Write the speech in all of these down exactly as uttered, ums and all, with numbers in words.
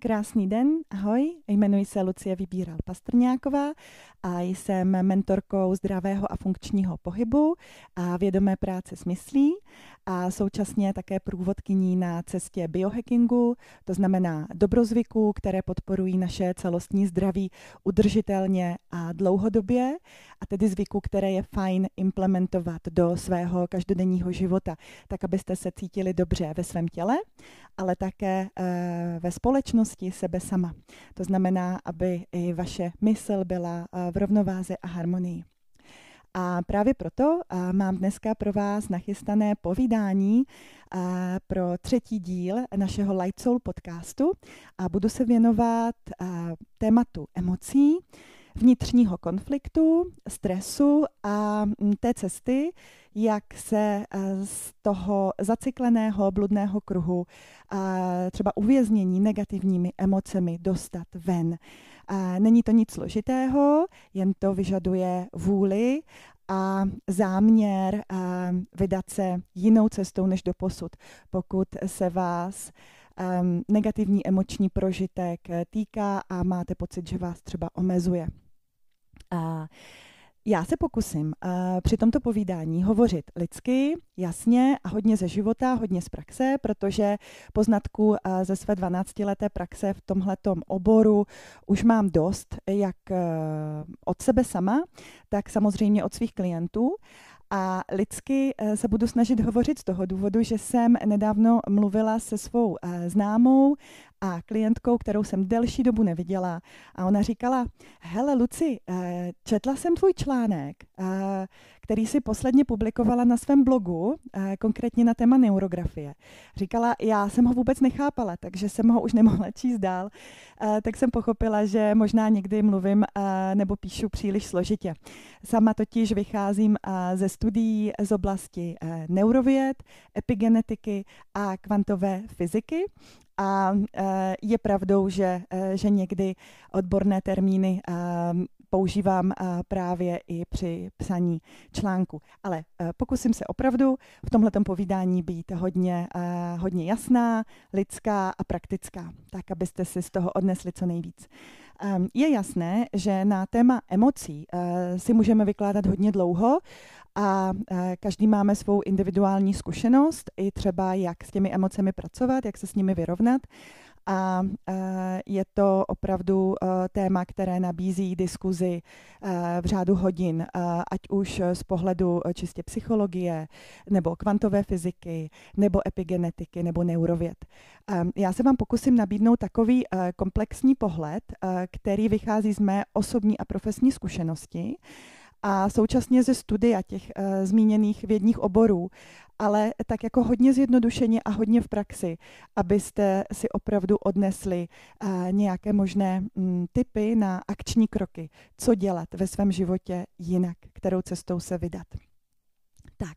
Krásný den, ahoj, jmenuji se Lucie Vybíral-Pastrňáková a jsem mentorkou zdravého a funkčního pohybu a vědomé práce s myslí a současně také průvodkyní na cestě biohackingu, to znamená dobrozvyků, které podporují naše celostní zdraví udržitelně a dlouhodobě, a tedy zvyků, které je fajn implementovat do svého každodenního života, tak abyste se cítili dobře ve svém těle, ale také e, ve společnosti sebe sama. To znamená, aby i vaše mysl byla v rovnováze a harmonii. A právě proto a mám dneska pro vás nachystané povídání a pro třetí díl našeho Light Soul podcastu a budu se věnovat a, tématu emocí, vnitřního konfliktu, stresu a té cesty, jak se z toho zacykleného bludného kruhu a třeba uvěznění negativními emocemi dostat ven. A není to nic složitého, jen to vyžaduje vůli a záměr a vydat se jinou cestou než doposud, pokud se vás um, negativní emoční prožitek týká a máte pocit, že vás třeba omezuje. A já se pokusím uh, při tomto povídání hovořit lidsky, jasně a hodně ze života, hodně z praxe, protože poznatků uh, ze své dvanáctileté praxe v tomhletom oboru už mám dost, jak uh, od sebe sama, tak samozřejmě od svých klientů. A lidsky se budu snažit hovořit z toho důvodu, že jsem nedávno mluvila se svou známou a klientkou, kterou jsem delší dobu neviděla. A ona říkala, hele Luci, četla jsem tvůj článek, který si posledně publikovala na svém blogu, konkrétně na téma neurografie. Říkala, já jsem ho vůbec nechápala, takže jsem ho už nemohla číst dál. Tak jsem pochopila, že možná někdy mluvím nebo píšu příliš složitě. Sama totiž vycházím ze studií z oblasti neurověd, epigenetiky a kvantové fyziky. A je pravdou, že, že někdy odborné termíny používám právě i při psaní článku. Ale pokusím se opravdu v tomhletom povídání být hodně, hodně jasná, lidská a praktická, tak abyste si z toho odnesli co nejvíc. Je jasné, že na téma emocí si můžeme vykládat hodně dlouho a každý máme svou individuální zkušenost, i třeba jak s těmi emocemi pracovat, jak se s nimi vyrovnat. A je to opravdu téma, které nabízí diskuzi v řádu hodin, ať už z pohledu čistě psychologie, nebo kvantové fyziky, nebo epigenetiky, nebo neurověd. Já se vám pokusím nabídnout takový komplexní pohled, který vychází z mé osobní a profesní zkušenosti a současně ze studia těch zmíněných vědních oborů, ale tak jako hodně zjednodušeně a hodně v praxi, abyste si opravdu odnesli uh, nějaké možné mm, tipy na akční kroky, co dělat ve svém životě jinak, kterou cestou se vydat. Tak,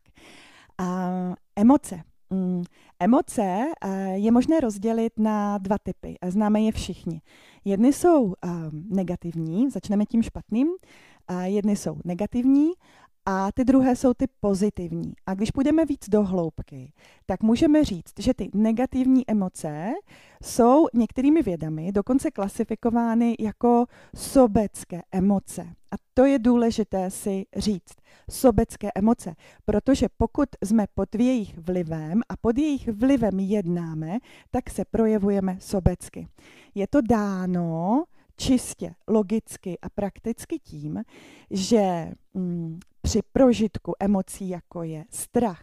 uh, emoce. Mm, emoce uh, je možné rozdělit na dva typy. Známe je všichni. Jedny jsou uh, negativní, začneme tím špatným, uh, jedny jsou negativní, a ty druhé jsou ty pozitivní. A když půjdeme víc do hloubky, tak můžeme říct, že ty negativní emoce jsou některými vědami dokonce klasifikovány jako sobecké emoce. A to je důležité si říct. Sobecké emoce, protože pokud jsme pod jejich vlivem a pod jejich vlivem jednáme, tak se projevujeme sobecky. Je to dáno čistě logicky a prakticky tím, že mm, při prožitku emocí, jako je strach,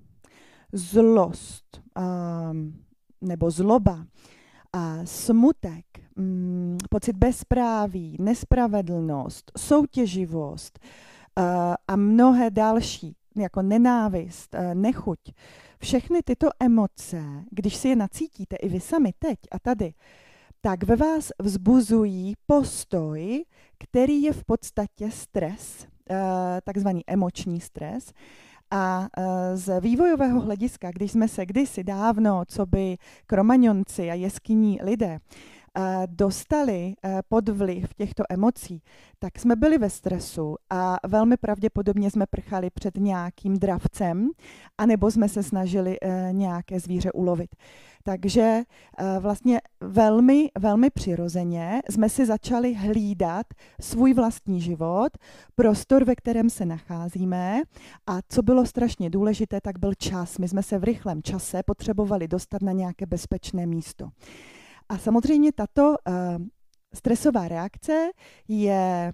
zlost um, nebo zloba, a smutek, um, pocit bezpráví, nespravedlnost, soutěživost uh, a mnohé další, jako nenávist, uh, nechuť, všechny tyto emoce, když si je nacítíte i vy sami teď a tady, tak ve vás vzbuzují postoj, který je v podstatě stres, takzvaný emoční stres. A z vývojového hlediska, když jsme se kdysi dávno, co by kromaňonci a jeskyní lidé, dostali pod vliv těchto emocí, tak jsme byli ve stresu a velmi pravděpodobně jsme prchali před nějakým dravcem, anebo jsme se snažili nějaké zvíře ulovit. Takže vlastně velmi, velmi přirozeně jsme si začali hlídat svůj vlastní život, prostor, ve kterém se nacházíme, a co bylo strašně důležité, tak byl čas. My jsme se v rychlém čase potřebovali dostat na nějaké bezpečné místo. A samozřejmě tato uh, stresová reakce je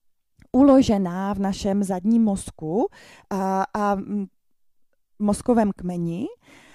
uložená v našem zadním mozku a, a mozkovém kmeni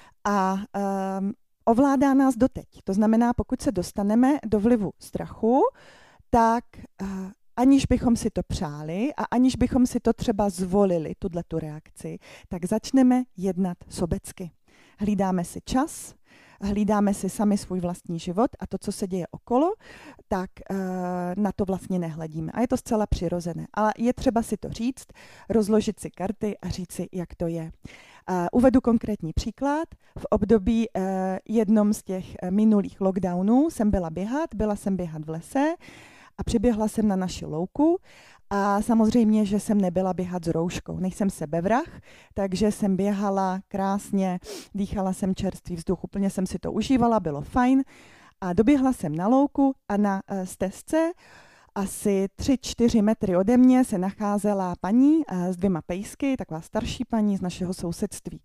a um, ovládá nás doteď. To znamená, pokud se dostaneme do vlivu strachu, tak uh, aniž bychom si to přáli a aniž bychom si to třeba zvolili, tuto reakci, tak začneme jednat sobecky. Hlídáme si čas, hlídáme si sami svůj vlastní život a to, co se děje okolo, tak uh, na to vlastně nehledíme. A je to zcela přirozené. Ale je třeba si to říct, rozložit si karty a říct si, jak to je. Uh, uvedu konkrétní příklad. V období uh, jednom z těch minulých lockdownů jsem byla běhat, byla jsem běhat v lese a přiběhla jsem na naši louku. A samozřejmě, že jsem nebyla běhat s rouškou. Nejsem sebevrah, takže jsem běhala krásně, dýchala jsem čerstvý vzduch, úplně jsem si to užívala, bylo fajn. A doběhla jsem na louku a na uh, stezce asi tři čtyři metry ode mě se nacházela paní uh, s dvěma pejsky, taková starší paní z našeho sousedství.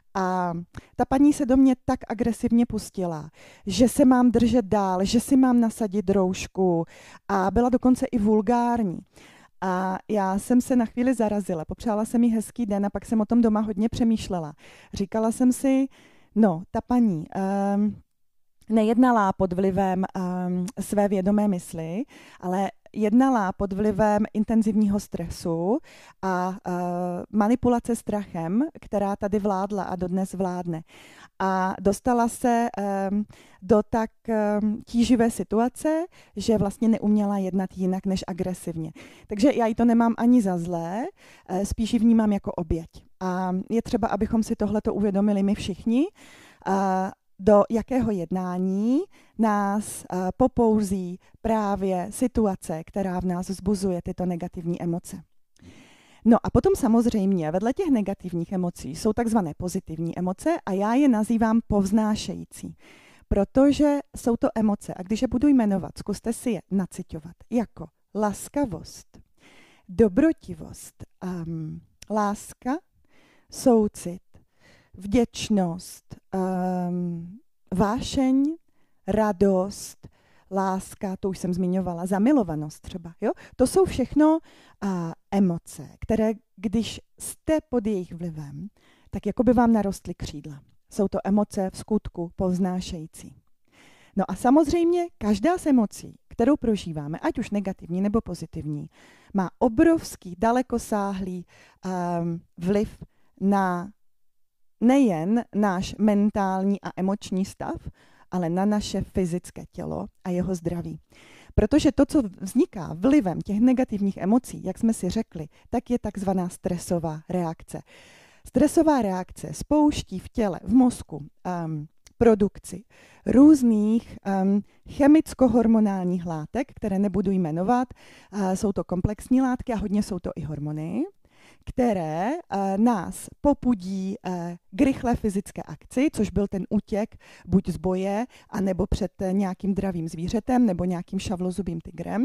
A ta paní se do mě tak agresivně pustila, že se mám držet dál, že si mám nasadit roušku a byla dokonce i vulgární. A já jsem se na chvíli zarazila, popřála jsem jí hezký den a pak jsem o tom doma hodně přemýšlela. Říkala jsem si, no, ta paní um, nejednala pod vlivem um, své vědomé mysli, ale jednala pod vlivem intenzivního stresu a uh, manipulace strachem, která tady vládla a dodnes vládne. A dostala se um, do tak um, tíživé situace, že vlastně neuměla jednat jinak než agresivně. Takže já jí to nemám ani za zlé, uh, spíš ji vnímám jako oběť. A je třeba, abychom si tohleto uvědomili my všichni, uh, do jakého jednání nás uh, popouzí právě situace, která v nás vzbuzuje tyto negativní emoce. No a potom samozřejmě vedle těch negativních emocí jsou takzvané pozitivní emoce a já je nazývám povznášející, protože jsou to emoce a když je budu jmenovat, zkuste si je naciťovat jako laskavost, dobrotivost, um, láska, soucit, vděčnost, um, vášeň, radost, láska, to už jsem zmiňovala, zamilovanost třeba. Jo? To jsou všechno uh, emoce, které, když jste pod jejich vlivem, tak jako by vám narostly křídla. Jsou to emoce v skutku povznášející. No a samozřejmě každá z emocí, kterou prožíváme, ať už negativní nebo pozitivní, má obrovský, dalekosáhlý um, vliv na nejen náš mentální a emoční stav, ale na naše fyzické tělo a jeho zdraví. Protože to, co vzniká vlivem těch negativních emocí, jak jsme si řekli, tak je takzvaná stresová reakce. Stresová reakce spouští v těle, v mozku, um, produkci různých um, chemicko-hormonálních látek, které nebudu jmenovat. Uh, jsou to komplexní látky a hodně jsou to i hormony, které uh, nás popudí uh, k rychlé fyzické akci, což byl ten útěk buď z boje, anebo před uh, nějakým dravým zvířetem, nebo nějakým šavlozubým tigrem.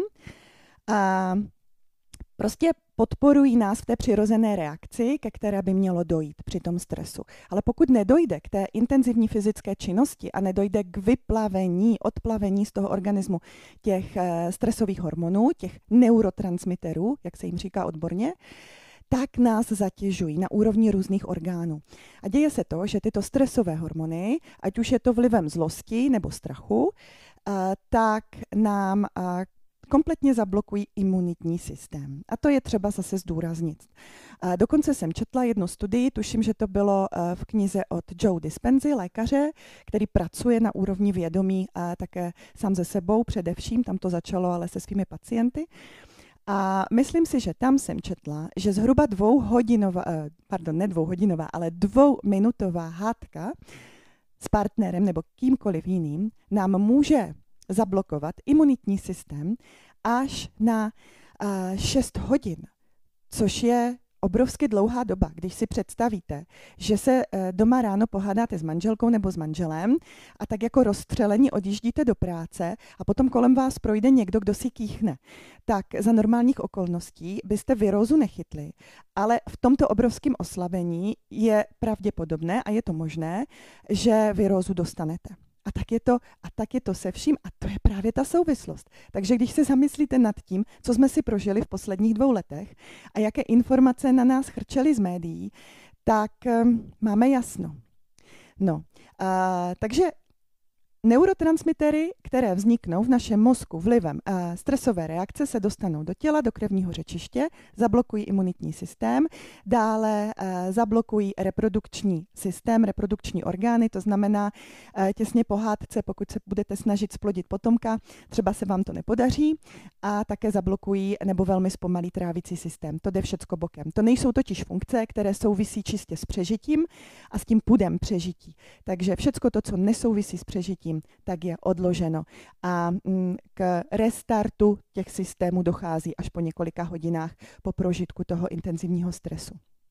Uh, prostě podporují nás v té přirozené reakci, ke které by mělo dojít při tom stresu. Ale pokud nedojde k té intenzivní fyzické činnosti a nedojde k vyplavení, odplavení z toho organismu těch uh, stresových hormonů, těch neurotransmiterů, jak se jim říká odborně, tak nás zatěžují na úrovni různých orgánů. A děje se to, že tyto stresové hormony, ať už je to vlivem zlosti nebo strachu, tak nám kompletně zablokují imunitní systém. A to je třeba zase zdůraznit. Dokonce jsem četla jednu studii, tuším, že to bylo v knize od Joe Dispenzy, lékaře, který pracuje na úrovni vědomí a také sám ze sebou především, tam to začalo ale se svými pacienty. A myslím si, že tam jsem četla, že zhruba dvouhodinová, pardon, ne dvouhodinová, ale dvouminutová hádka s partnerem nebo kýmkoliv jiným nám může zablokovat imunitní systém až na uh, šest hodin, což je obrovsky dlouhá doba, když si představíte, že se doma ráno pohádáte s manželkou nebo s manželem a tak jako rozstřelení odjíždíte do práce a potom kolem vás projde někdo, kdo si kýchne. Tak za normálních okolností byste virózu nechytli, ale v tomto obrovském oslabení je pravděpodobné a je to možné, že virózu dostanete. A tak, je to, a tak je to se vším a to je právě ta souvislost. Takže když se zamyslíte nad tím, co jsme si prožili v posledních dvou letech a jaké informace na nás chrčely z médií, tak um, máme jasno. No, uh, takže neurotransmitery, které vzniknou v našem mozku vlivem uh, stresové reakce, se dostanou do těla, do krevního řečiště, zablokují imunitní systém, dále uh, zablokují reprodukční systém, reprodukční orgány, to znamená uh, těsně po hádce, pokud se budete snažit splodit potomka, třeba se vám to nepodaří, a také zablokují nebo velmi zpomalí trávicí systém. To jde všecko bokem. To nejsou totiž funkce, které souvisí čistě s přežitím a s tím pudem přežití. Takže všecko to, co nesouvisí s přežitím, tak je odloženo. A k restartu těch systémů dochází až po několika hodinách po prožitku toho intenzivního stresu.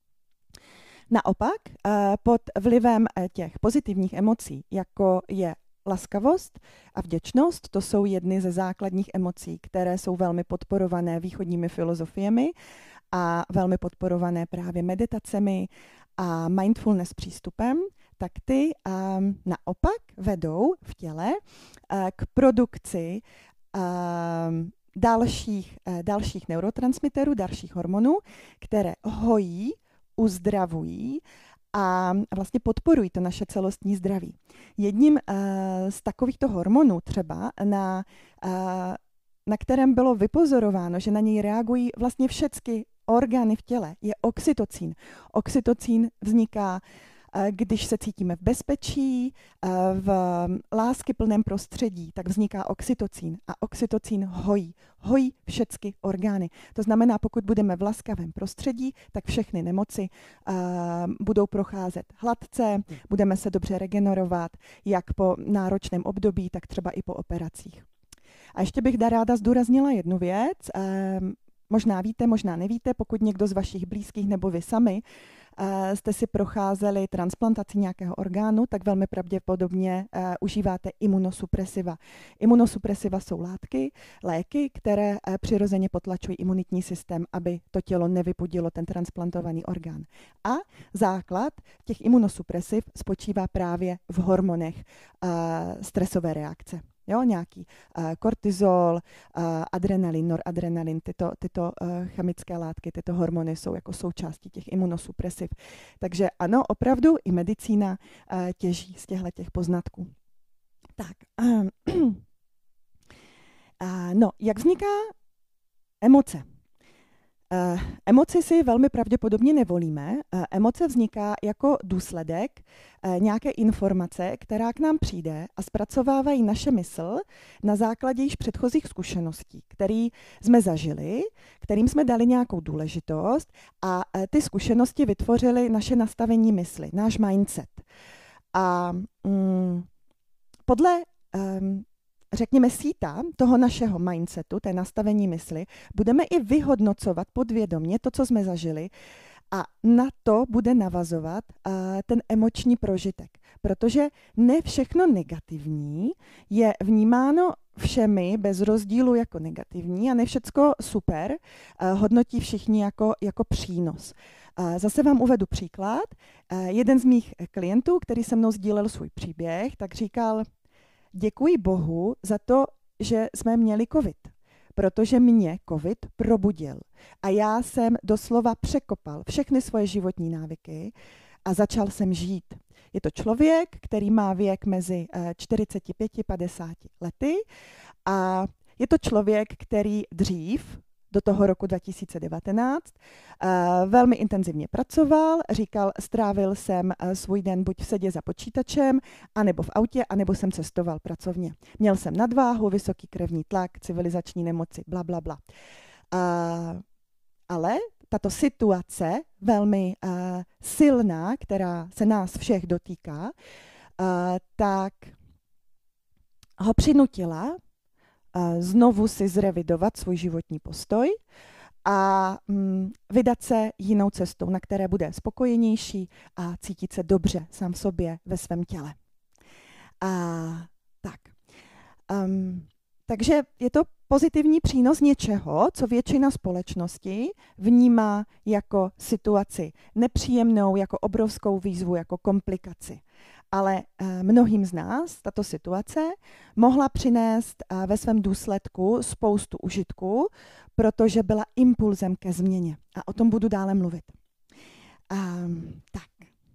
Naopak, pod vlivem těch pozitivních emocí, jako je laskavost a vděčnost, to jsou jedny ze základních emocí, které jsou velmi podporované východními filozofiemi a velmi podporované právě meditacemi a mindfulness přístupem, tak ty um, naopak vedou v těle uh, k produkci um, dalších, uh, dalších neurotransmiterů, dalších hormonů, které hojí, uzdravují a vlastně podporují to naše celostní zdraví. Jedním uh, z takovýchto hormonů třeba, na, uh, na kterém bylo vypozorováno, že na něj reagují vlastně všechny orgány v těle, je oxytocín. Oxytocín vzniká, když se cítíme v bezpečí, v láskyplném prostředí, tak vzniká oxytocín. A oxytocín hojí. Hojí všechny orgány. To znamená, pokud budeme v laskavém prostředí, tak všechny nemoci uh, budou procházet hladce, budeme se dobře regenerovat, jak po náročném období, tak třeba i po operacích. A ještě bych ráda zdůraznila jednu věc. Um, možná víte, možná nevíte, pokud někdo z vašich blízkých nebo vy sami uh, jste si procházeli transplantací nějakého orgánu, tak velmi pravděpodobně uh, užíváte imunosupresiva. Imunosupresiva jsou látky, léky, které uh, přirozeně potlačují imunitní systém, aby to tělo nevypudilo ten transplantovaný orgán. A základ těch imunosupresiv spočívá právě v hormonech uh, stresové reakce. Jo, nějaký uh, kortizol, uh, adrenalin, noradrenalin, tyto, tyto uh, chemické látky, tyto hormony jsou jako součástí těch imunosupresiv. Takže ano, opravdu i medicína uh, těží z těchto poznatků. Tak, um, uh, no, jak vzniká emoce? Uh, emoci si velmi pravděpodobně nevolíme. Uh, emoce vzniká jako důsledek uh, nějaké informace, která k nám přijde a zpracovávají naše mysl na základě již předchozích zkušeností, které jsme zažili, kterým jsme dali nějakou důležitost a uh, ty zkušenosti vytvořily naše nastavení mysli, náš mindset. A um, podle um, řekněme, síta toho našeho mindsetu, té nastavení mysli, budeme i vyhodnocovat podvědomě to, co jsme zažili, a na to bude navazovat uh, ten emoční prožitek. Protože ne všechno negativní je vnímáno všemi bez rozdílu jako negativní a ne všecko super uh, hodnotí všichni jako, jako přínos. Uh, zase vám uvedu příklad. Uh, jeden z mých klientů, který se mnou sdílel svůj příběh, tak říkal: děkuji Bohu za to, že jsme měli covid, protože mě covid probudil. A já jsem doslova překopal všechny svoje životní návyky a začal jsem žít. Je to člověk, který má věk mezi čtyřicet pět a padesát lety a je to člověk, který dřív, do toho roku dva tisíce devatenáct, uh, velmi intenzivně pracoval, říkal, strávil jsem uh, svůj den buď v sedě za počítačem, anebo v autě, anebo jsem cestoval pracovně. Měl jsem nadváhu, vysoký krevní tlak, civilizační nemoci, bla, bla, bla. Uh, ale tato situace, velmi uh, silná, která se nás všech dotýká, uh, tak ho přinutila znovu si zrevidovat svůj životní postoj a mm, vydat se jinou cestou, na které bude spokojenější a cítit se dobře sám v sobě, ve svém těle. A tak. Um, takže je to pozitivní přínos něčeho, co většina společnosti vnímá jako situaci nepříjemnou, jako obrovskou výzvu, jako komplikaci. Ale eh, mnohým z nás tato situace mohla přinést eh, ve svém důsledku spoustu užitku, protože byla impulzem ke změně. A o tom budu dále mluvit. Um, tak.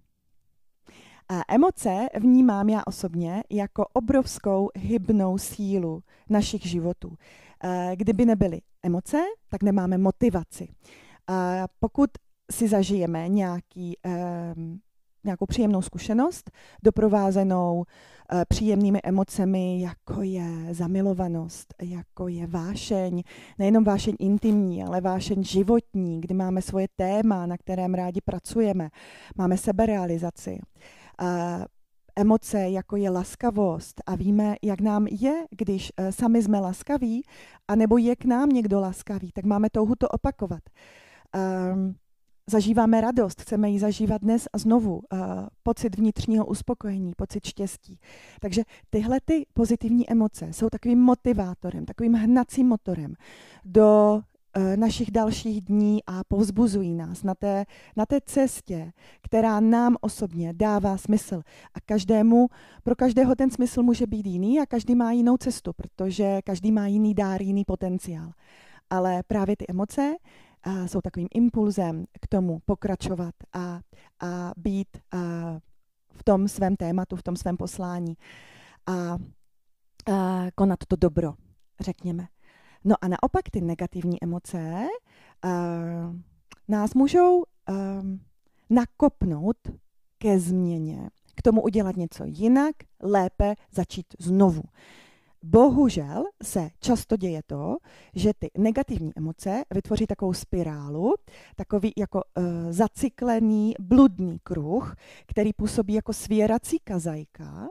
A emoce vnímám já osobně jako obrovskou hybnou sílu našich životů. Kdyby nebyly emoce, tak nemáme motivaci. A pokud si zažijeme nějaký, nějakou příjemnou zkušenost, doprovázenou příjemnými emocemi, jako je zamilovanost, jako je vášeň, nejenom vášeň intimní, ale vášeň životní, kdy máme svoje téma, na kterém rádi pracujeme, máme seberealizaci. Uh, emoce, jako je laskavost a víme, jak nám je, když uh, sami jsme laskaví, anebo je k nám někdo laskavý, tak máme touhu to opakovat. Um, zažíváme radost, chceme ji zažívat dnes a znovu. Uh, pocit vnitřního uspokojení, pocit štěstí. Takže tyhle ty pozitivní emoce jsou takovým motivátorem, takovým hnacím motorem do našich dalších dní a povzbuzují nás na té, na té cestě, která nám osobně dává smysl. A každému, pro každého ten smysl může být jiný a každý má jinou cestu, protože každý má jiný dár, jiný potenciál. Ale právě ty emoce a, jsou takovým impulzem k tomu pokračovat a, a být a, v tom svém tématu, v tom svém poslání a, a konat to dobro, řekněme. No a naopak ty negativní emoce uh, nás můžou uh, nakopnout ke změně, k tomu udělat něco jinak, lépe začít znovu. Bohužel se často děje to, že ty negativní emoce vytvoří takovou spirálu, takový jako uh, zacyklený bludný kruh, který působí jako svěrací kazajka,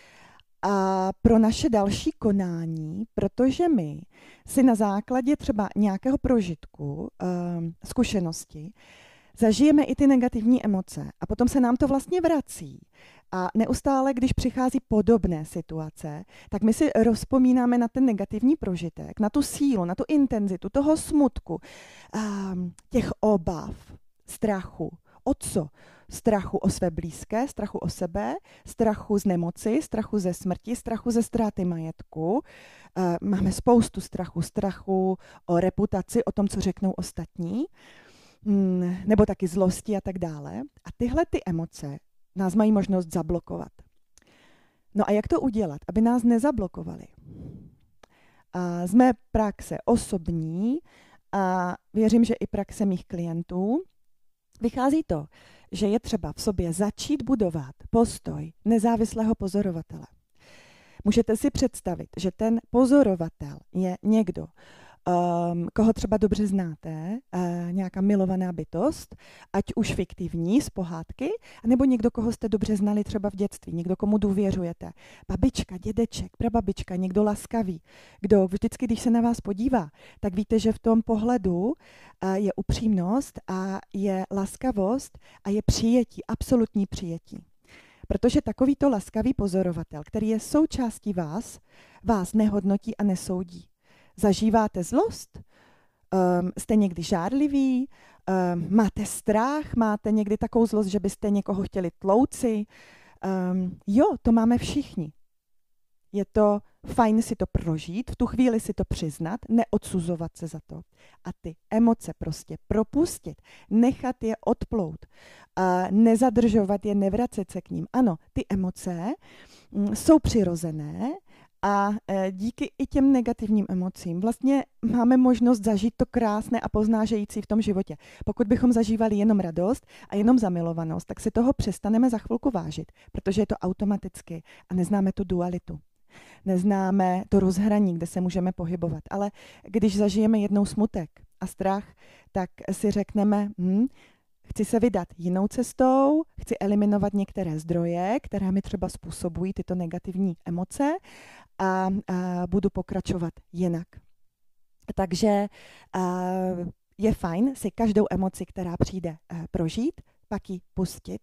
a pro naše další konání, protože my si na základě třeba nějakého prožitku, zkušenosti, zažijeme i ty negativní emoce a potom se nám to vlastně vrací. A neustále, když přichází podobné situace, tak my si rozpomínáme na ten negativní prožitek, na tu sílu, na tu intenzitu toho smutku, těch obav, strachu. O co? Strachu o své blízké, strachu o sebe, strachu z nemoci, strachu ze smrti, strachu ze ztráty majetku. Máme spoustu strachu, strachu o reputaci, o tom, co řeknou ostatní, nebo taky zlosti a tak dále. A tyhle ty emoce nás mají možnost zablokovat. No a jak to udělat, aby nás nezablokovali? A z mé praxe osobní a věřím, že i praxe mých klientů, vychází to, že je třeba v sobě začít budovat postoj nezávislého pozorovatele. Můžete si představit, že ten pozorovatel je někdo, um, koho třeba dobře znáte, uh, nějaká milovaná bytost, ať už fiktivní z pohádky, nebo někdo, koho jste dobře znali třeba v dětství, někdo, komu důvěřujete. Babička, dědeček, prababička, někdo laskavý, kdo vždycky, když se na vás podívá, tak víte, že v tom pohledu uh, je upřímnost a je laskavost a je přijetí, absolutní přijetí. Protože takovýto laskavý pozorovatel, který je součástí vás, vás nehodnotí a nesoudí. Zažíváte zlost? Um, jste někdy žárliví? Um, máte strach? Máte někdy takovou zlost, že byste někoho chtěli tlouci? Um, jo, to máme všichni. Je to fajn si to prožít, v tu chvíli si to přiznat, neodsuzovat se za to. A ty emoce prostě propustit, nechat je odplout, a nezadržovat je, nevracet se k ním. Ano, ty emoce m, jsou přirozené a e, díky i těm negativním emocím vlastně máme možnost zažít to krásné a poznášející v tom životě. Pokud bychom zažívali jenom radost a jenom zamilovanost, tak si toho přestaneme za chvilku vážit, protože je to automaticky a neznáme tu dualitu. Neznáme to rozhraní, kde se můžeme pohybovat. Ale když zažijeme jednou smutek a strach, tak si řekneme, hm, chci se vydat jinou cestou, chci eliminovat některé zdroje, které mi třeba způsobují tyto negativní emoce a, a budu pokračovat jinak. Takže uh, je fajn si každou emoci, která přijde, uh, prožít, pak ji pustit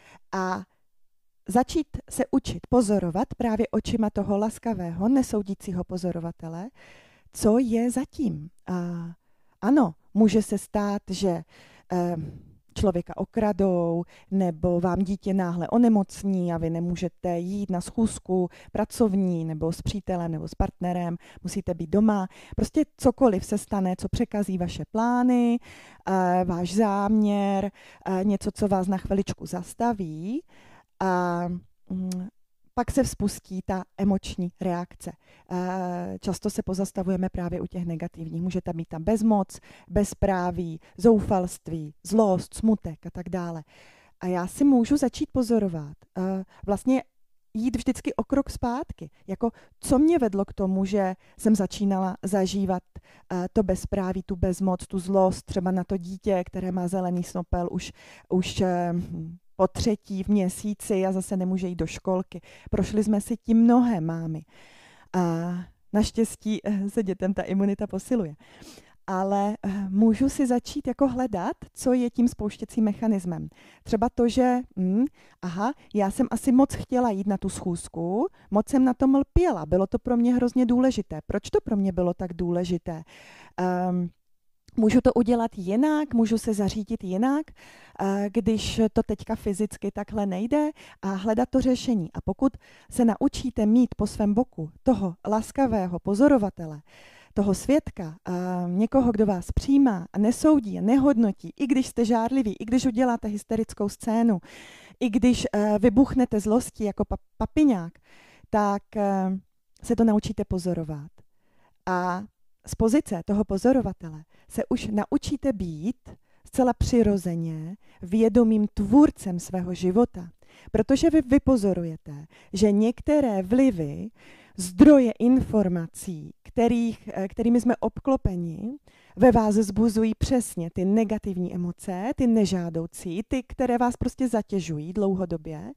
a začít se učit pozorovat právě očima toho laskavého, nesoudícího pozorovatele, co je zatím. Uh, ano, může se stát, že uh, člověka okradou, nebo vám dítě náhle onemocní a vy nemůžete jít na schůzku pracovní, nebo s přítelem, nebo s partnerem, musíte být doma. Prostě cokoliv se stane, co překazí vaše plány, uh, váš záměr, uh, něco, co vás na chviličku zastaví. A um, pak se spustí ta emoční reakce. Často se pozastavujeme právě u těch negativních. Můžete mít tam bezmoc, bezpráví, zoufalství, zlost, smutek a tak dále. A já si můžu začít pozorovat, vlastně jít vždycky o krok zpátky. Jako, co mě vedlo k tomu, že jsem začínala zažívat to bezpráví, tu bezmoc, tu zlost, třeba na to dítě, které má zelený snopel už, už po třetí v měsíci a zase nemůže jít do školky. Prošli jsme si tím mnohé mámy. A naštěstí se dětem ta imunita posiluje. Ale můžu si začít jako hledat, co je tím spouštěcím mechanismem. Třeba to, že hm, aha, já jsem asi moc chtěla jít na tu schůzku, moc jsem na tom lpěla, bylo to pro mě hrozně důležité. Proč to pro mě bylo tak důležité? Um, Můžu to udělat jinak, můžu se zařídit jinak, když to teďka fyzicky takhle nejde, a hledat to řešení. A pokud se naučíte mít po svém boku toho laskavého pozorovatele, toho svědka, někoho, kdo vás přijímá a nesoudí a nehodnotí, i když jste žárliví, i když uděláte hysterickou scénu, i když vybuchnete zlostí jako papiňák, tak se to naučíte pozorovat. A z pozice toho pozorovatele se už naučíte být zcela přirozeně vědomým tvůrcem svého života. Protože vy vypozorujete, že některé vlivy, zdroje informací, kterých, kterými jsme obklopeni, ve vás vzbuzují přesně ty negativní emoce, ty nežádoucí, ty, které vás prostě zatěžují dlouhodobě.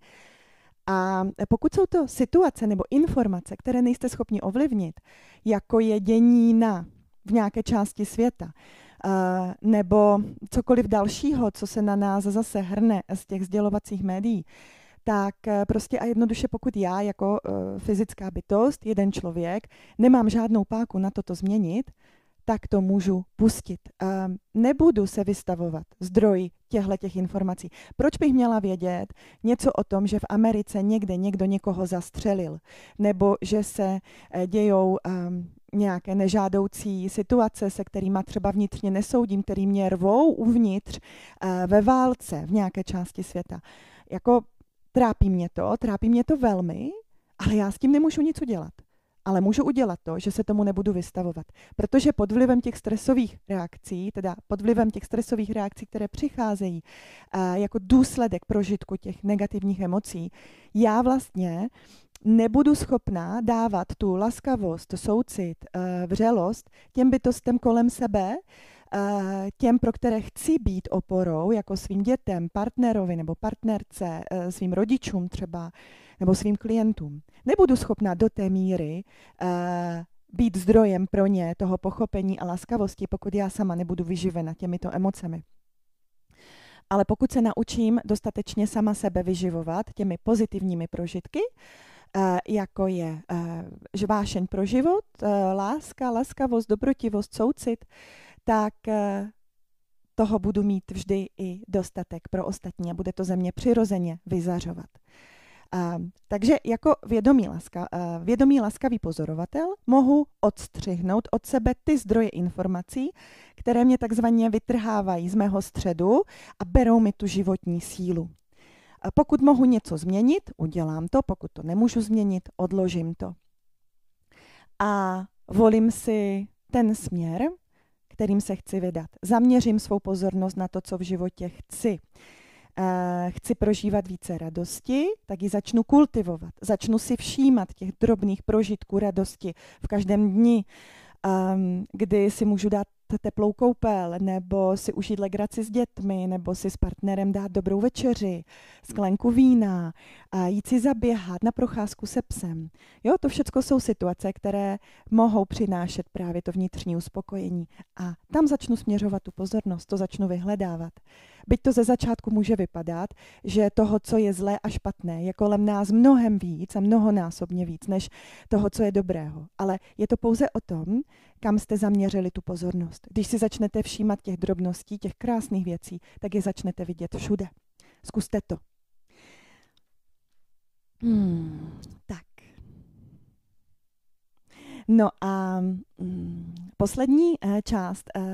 A pokud jsou to situace nebo informace, které nejste schopni ovlivnit, jako je dění na v nějaké části světa, uh, nebo cokoliv dalšího, co se na nás zase hrne z těch sdělovacích médií, tak uh, prostě a jednoduše, pokud já jako uh, fyzická bytost, jeden člověk, nemám žádnou páku na to změnit, tak to můžu pustit. Uh, nebudu se vystavovat zdroji těchto informací. Proč bych měla vědět něco o tom, že v Americe někde někdo někoho zastřelil, nebo že se uh, dějou um, nějaké nežádoucí situace, se kterými třeba vnitřně nesoudím, který mě rvou uvnitř uh, ve válce v nějaké části světa. Jako trápí mě to, trápí mě to velmi, ale já s tím nemůžu nic udělat. Ale můžu udělat to, že se tomu nebudu vystavovat. Protože pod vlivem těch stresových reakcí, teda pod vlivem těch stresových reakcí, které přicházejí uh, jako důsledek prožitku těch negativních emocí, já vlastně nebudu schopná dávat tu laskavost, soucit, uh, vřelost těm bytostem kolem sebe, uh, těm, pro které chci být oporou, jako svým dětem, partnerovi nebo partnerce, uh, svým rodičům třeba, nebo svým klientům. Nebudu schopná do té míry uh, být zdrojem pro ně toho pochopení a laskavosti, pokud já sama nebudu vyživena těmito emocemi. Ale pokud se naučím dostatečně sama sebe vyživovat těmi pozitivními prožitky, uh, jako je uh, vášeň pro život, uh, láska, laskavost, dobrotivost, soucit, tak uh, toho budu mít vždy i dostatek pro ostatní a bude to ze mě přirozeně vyzařovat. Uh, takže jako vědomý, laska, uh, vědomý laskavý pozorovatel mohu odstřihnout od sebe ty zdroje informací, které mě takzvaně vytrhávají z mého středu a berou mi tu životní sílu. Uh, pokud mohu něco změnit, udělám to, pokud to nemůžu změnit, odložím to. A volím si ten směr, kterým se chci vydat. Zaměřím svou pozornost na to, co v životě chci. Uh, chci prožívat více radosti, tak ji začnu kultivovat. Začnu si všímat těch drobných prožitků radosti v každém dni, um, kdy si můžu dát teplou koupel, nebo si užít legraci s dětmi, nebo si s partnerem dát dobrou večeři, sklenku vína, a jít si zaběhat na procházku se psem. Jo, to všechno jsou situace, které mohou přinášet právě to vnitřní uspokojení. A tam začnu směřovat tu pozornost, to začnu vyhledávat. Byť to ze začátku může vypadat, že toho, co je zlé a špatné, je kolem nás mnohem víc a mnohonásobně víc, než toho, co je dobrého. Ale je to pouze o tom, kam jste zaměřili tu pozornost. Když si začnete všímat těch drobností, těch krásných věcí, tak je začnete vidět všude. Zkuste to. Hmm, tak. No a mm, poslední uh, část, uh,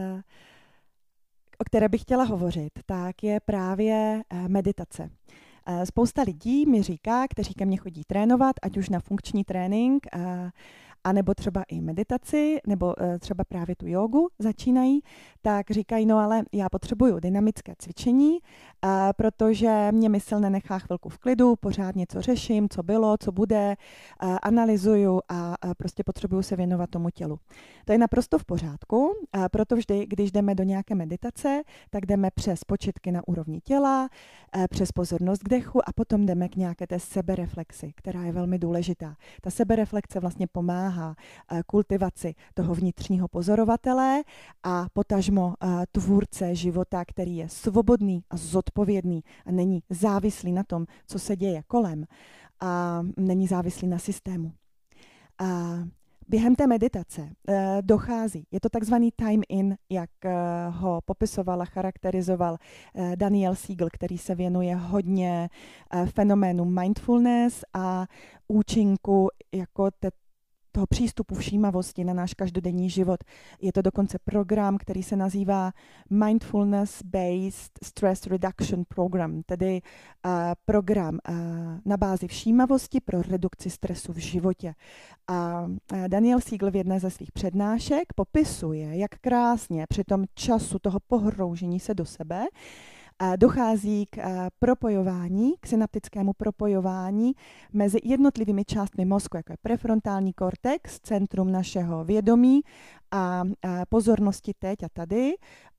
o které bych chtěla hovořit, tak je právě uh, meditace. Uh, spousta lidí mi říká, kteří ke mně chodí trénovat, ať už na funkční trénink, uh, a nebo třeba i meditaci, nebo uh, třeba právě tu jogu začínají, tak říkají, no ale já potřebuju dynamické cvičení, uh, protože mě mysl nenechá chvilku v klidu, pořád něco řeším, co bylo, co bude, uh, analyzuju a uh, prostě potřebuju se věnovat tomu tělu. To je naprosto v pořádku, uh, proto vždy, když jdeme do nějaké meditace, tak jdeme přes počitky na úrovni těla, uh, přes pozornost k dechu a potom jdeme k nějaké té sebereflexi, která je velmi důležitá. Ta sebereflexe vlastně pomáhá kultivaci toho vnitřního pozorovatele a potažmo tvůrce života, který je svobodný a zodpovědný a není závislý na tom, co se děje kolem a není závislý na systému. A během té meditace dochází, je to takzvaný time in, jak ho popisoval a charakterizoval Daniel Siegel, který se věnuje hodně fenoménu mindfulness a účinku jako te toho přístupu všímavosti na náš každodenní život. Je to dokonce program, který se nazývá Mindfulness-Based Stress Reduction Program, tedy uh, program uh, na bázi všímavosti pro redukci stresu v životě. A uh, Daniel Siegel v jedné ze svých přednášek popisuje, jak krásně při tom času toho pohroužení se do sebe dochází k propojování, k synaptickému propojování mezi jednotlivými částmi mozku, jako je prefrontální kortex, centrum našeho vědomí a pozornosti teď a tady,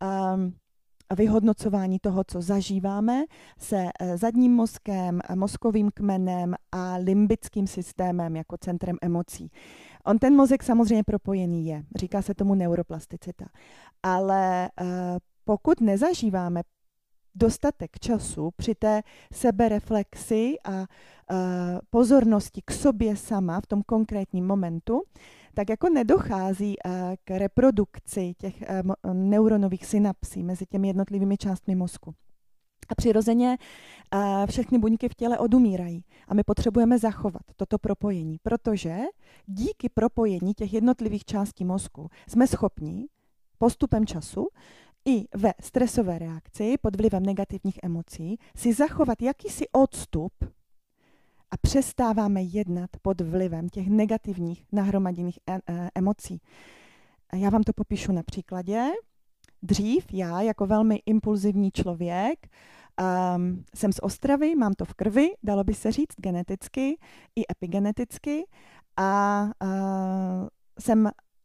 a vyhodnocování toho, co zažíváme, se zadním mozkem, mozkovým kmenem a limbickým systémem jako centrem emocí. On ten mozek samozřejmě propojený je, říká se tomu neuroplasticita, ale pokud nezažíváme dostatek času při té sebereflexi a uh, pozornosti k sobě sama v tom konkrétním momentu, tak jako nedochází uh, k reprodukci těch uh, neuronových synapsí mezi těmi jednotlivými částmi mozku. A přirozeně uh, všechny buňky v těle odumírají. A my potřebujeme zachovat toto propojení, protože díky propojení těch jednotlivých částí mozku jsme schopni postupem času i ve stresové reakci pod vlivem negativních emocí si zachovat jakýsi odstup a přestáváme jednat pod vlivem těch negativních nahromaděných emocí. Já vám to popíšu na příkladě. Dřív já jako velmi impulzivní člověk um, jsem z Ostravy, mám to v krvi, dalo by se říct geneticky i epigeneticky a uh, jsem,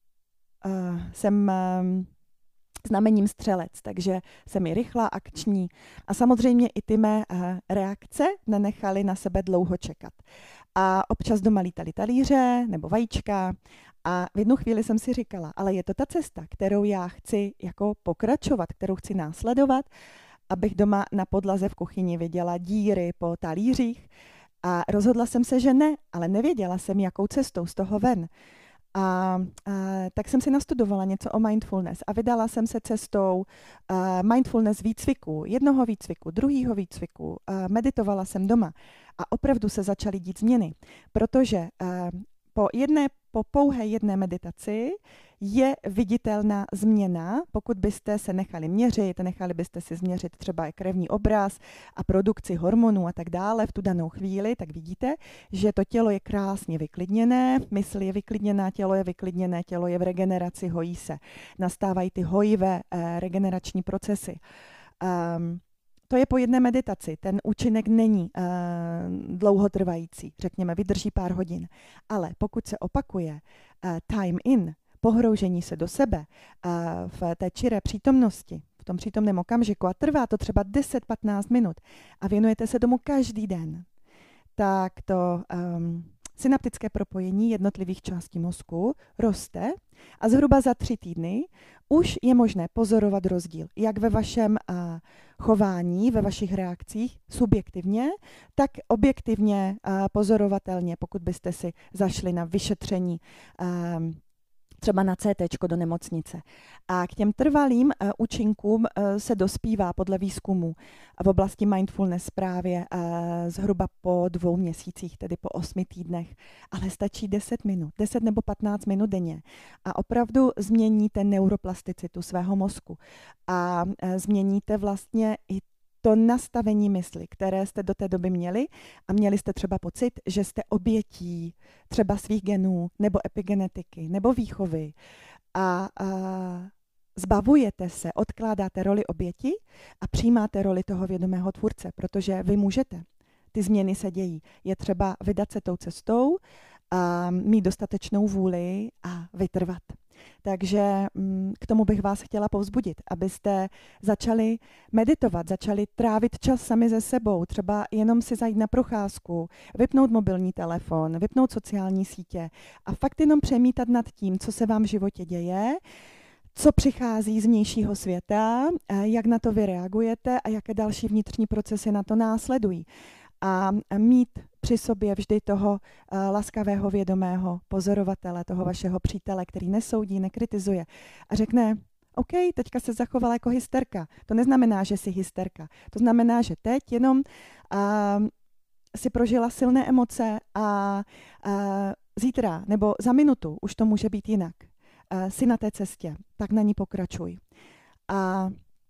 uh, jsem um, znamením střelec, takže jsem i rychlá, akční. A samozřejmě i ty mé uh, reakce nenechaly na sebe dlouho čekat. A občas doma lítaly talíře nebo vajíčka a v jednu chvíli jsem si říkala, ale je to ta cesta, kterou já chci jako pokračovat, kterou chci následovat, abych doma na podlaze v kuchyni viděla díry po talířích. A rozhodla jsem se, že ne, ale nevěděla jsem, jakou cestou z toho ven. A, a tak jsem si nastudovala něco o mindfulness a vydala jsem se cestou a, mindfulness výcviku, jednoho výcviku, druhého výcviku, a meditovala jsem doma a opravdu se začaly dít změny, protože a, po, jedné, po pouhé jedné meditaci je viditelná změna, pokud byste se nechali měřit, nechali byste si změřit třeba krevní obraz a produkci hormonů a tak dále v tu danou chvíli, tak vidíte, že to tělo je krásně vyklidněné, mysl je vyklidněná, tělo je vyklidněné, tělo je v regeneraci, hojí se. Nastávají ty hojivé eh, regenerační procesy. Um, To je po jedné meditaci, ten účinek není uh, dlouhotrvající, řekněme, vydrží pár hodin. Ale pokud se opakuje uh, time in, pohroužení se do sebe v té čiré přítomnosti, v tom přítomném okamžiku, a trvá to třeba deset až patnáct minut a věnujete se tomu každý den, tak to um, synaptické propojení jednotlivých částí mozku roste a zhruba za tři týdny už je možné pozorovat rozdíl, jak ve vašem uh, chování, ve vašich reakcích subjektivně, tak objektivně uh, pozorovatelně, pokud byste si zašli na vyšetření um, třeba na cé téčko do nemocnice. A k těm trvalým uh, účinkům uh, se dospívá podle výzkumu v oblasti mindfulness právě uh, zhruba po dvou měsících, tedy po osmi týdnech. Ale stačí deset minut, deset nebo patnáct minut denně. A opravdu změníte neuroplasticitu svého mozku. A uh, změníte vlastně i to nastavení mysli, které jste do té doby měli a měli jste třeba pocit, že jste obětí třeba svých genů nebo epigenetiky nebo výchovy a, a zbavujete se, odkládáte roli oběti a přijímáte roli toho vědomého tvůrce, protože vy můžete. Ty změny se dějí. Je třeba vydat se tou cestou a mít dostatečnou vůli a vytrvat. Takže k tomu bych vás chtěla povzbudit, abyste začali meditovat, začali trávit čas sami se sebou, třeba jenom si zajít na procházku, vypnout mobilní telefon, vypnout sociální sítě a fakt jenom přemítat nad tím, co se vám v životě děje, co přichází z vnějšího světa, jak na to vy reagujete a jaké další vnitřní procesy na to následují. A mít při sobě vždy toho uh, laskavého, vědomého pozorovatele, toho vašeho přítele, který nesoudí, nekritizuje a řekne, OK, teďka se zachovala jako hysterka. To neznamená, že jsi hysterka. To znamená, že teď jenom uh, si prožila silné emoce a uh, zítra nebo za minutu už to může být jinak. Uh, jsi na té cestě, tak na ní pokračuj. A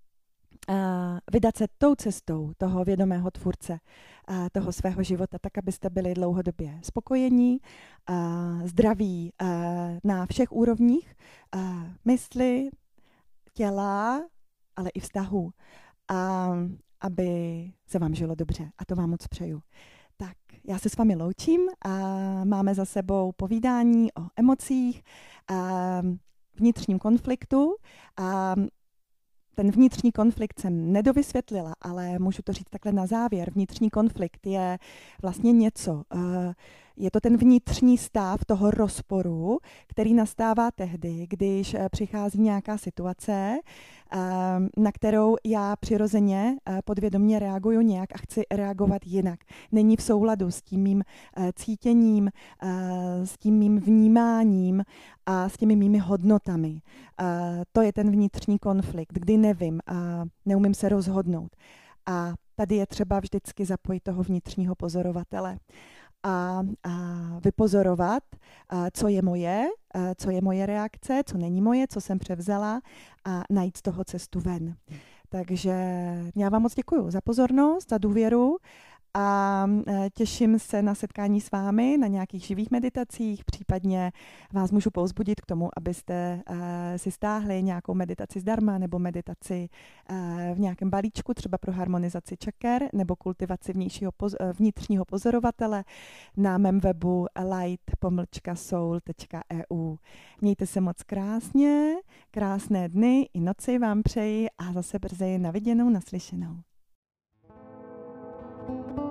Uh, vydat se tou cestou toho vědomého tvůrce, uh, toho svého života, tak, abyste byli dlouhodobě spokojení, uh, zdraví uh, na všech úrovních, uh, mysli, těla, ale i vztahu, a aby se vám žilo dobře. A to vám moc přeju. Tak, já se s vámi loučím a máme za sebou povídání o emocích, uh, vnitřním konfliktu a ten vnitřní konflikt jsem nedovysvětlila, ale můžu to říct takhle na závěr. Vnitřní konflikt je vlastně něco, je to ten vnitřní stav toho rozporu, který nastává tehdy, když přichází nějaká situace, na kterou já přirozeně podvědomě reaguju nějak a chci reagovat jinak. Není v souladu s tím mým cítěním, s tím mým vnímáním a s těmi mými hodnotami. To je ten vnitřní konflikt, kdy nevím a neumím se rozhodnout. A tady je třeba vždycky zapojit toho vnitřního pozorovatele a, a vypozorovat, a co je moje, a co je moje reakce, co není moje, co jsem převzala a najít z toho cestu ven. Takže já vám moc děkuju za pozornost, za důvěru a těším se na setkání s vámi, na nějakých živých meditacích, případně vás můžu povzbudit k tomu, abyste uh, si stáhli nějakou meditaci zdarma nebo meditaci uh, v nějakém balíčku, třeba pro harmonizaci čaker nebo kultivaci vnějšího poz- vnitřního pozorovatele na mém webu light pomlčka soul tečka e u. Mějte se moc krásně, krásné dny i noci vám přeji a zase brzy na viděnou, naslyšenou. Thank you.